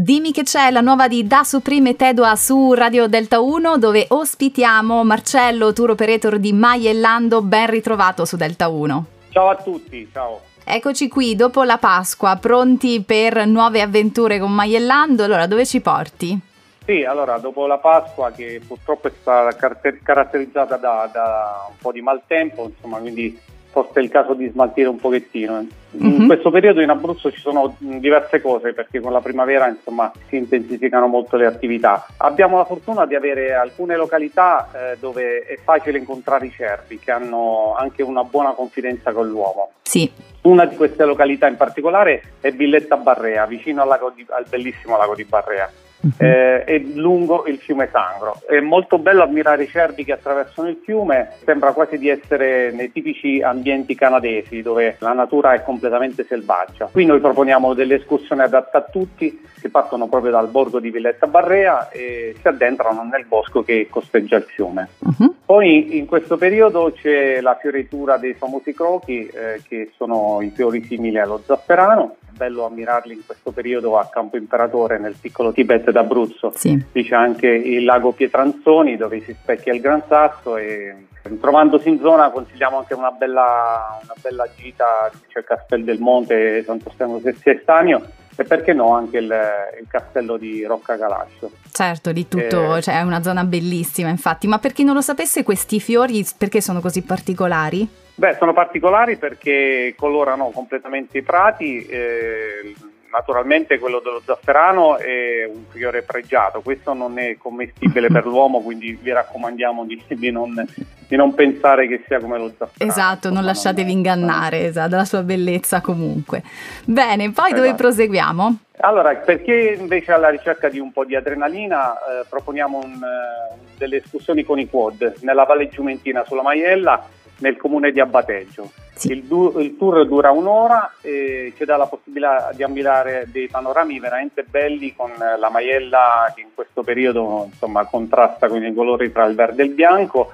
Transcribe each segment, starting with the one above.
Dimmi che c'è la nuova di Da Supreme Tedua su Radio Delta 1, dove ospitiamo Marcello, tour operator di Maiellando. Ben ritrovato su Delta 1. Ciao a tutti, ciao. Eccoci qui, dopo la Pasqua, pronti per nuove avventure con Maiellando. Allora, dove ci porti? Sì, allora, dopo la Pasqua, che purtroppo è stata caratterizzata da un po' di maltempo, insomma, quindi forse è il caso di smaltire un pochettino. In questo periodo in Abruzzo ci sono diverse cose, perché con la primavera, insomma, si intensificano molto le attività. Abbiamo la fortuna di avere alcune località dove è facile incontrare i cervi, che hanno anche una buona confidenza con l'uomo. Sì. Una di queste località in particolare è Villetta Barrea, vicino al bellissimo lago di Barrea. È lungo il fiume Sangro. È molto bello ammirare i cervi che attraversano il fiume, sembra quasi di essere nei tipici ambienti canadesi dove la natura è completamente selvaggia. Qui noi proponiamo delle escursioni adatte a tutti, che partono proprio dal borgo di Villetta Barrea e si addentrano nel bosco che costeggia il fiume. Poi in questo periodo c'è la fioritura dei famosi crochi, che sono i fiori simili allo zafferano. Bello ammirarli in questo periodo a Campo Imperatore, nel piccolo Tibet d'Abruzzo. Sì. Lì c'è anche il lago Pietranzoni dove si specchia il Gran Sasso, e trovandosi in zona consigliamo anche una bella gita. C'è il Castel del Monte, Santo Stefano Sest'Anio, e perché no anche il castello di Rocca Calascio. Certo, di tutto, cioè è una zona bellissima infatti. Ma per chi non lo sapesse, questi fiori perché sono così particolari? Beh, sono particolari perché colorano completamente i prati. Naturalmente quello dello zafferano è un fiore pregiato, questo non è commestibile per l'uomo, quindi vi raccomandiamo di non pensare che sia come lo zafferano. Esatto, non lasciatevi ingannare, esatto, dalla sua bellezza comunque. Bene, poi dove proseguiamo? Allora, perché invece alla ricerca di un po' di adrenalina proponiamo delle escursioni con i quad nella Valle Giumentina sulla Maiella, nel comune di Abbateggio. Sì. Il tour dura un'ora e ci dà la possibilità di ammirare dei panorami veramente belli con la Maiella che in questo periodo insomma contrasta con i colori tra il verde e il bianco.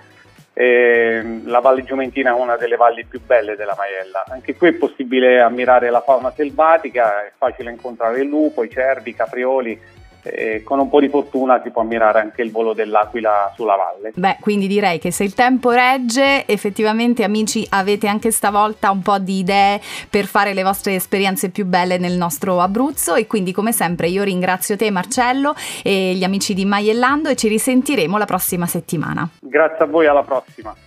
La Valle Giumentina è una delle valli più belle della Maiella. Anche qui è possibile ammirare la fauna selvatica, è facile incontrare il lupo, i cervi, i caprioli. Con un po' di fortuna si può ammirare anche il volo dell'aquila sulla valle. Beh, quindi direi che se il tempo regge, effettivamente amici avete anche stavolta un po' di idee per fare le vostre esperienze più belle nel nostro Abruzzo, e quindi come sempre io ringrazio te Marcello e gli amici di Maiellando e ci risentiremo la prossima settimana. Grazie a voi, alla prossima.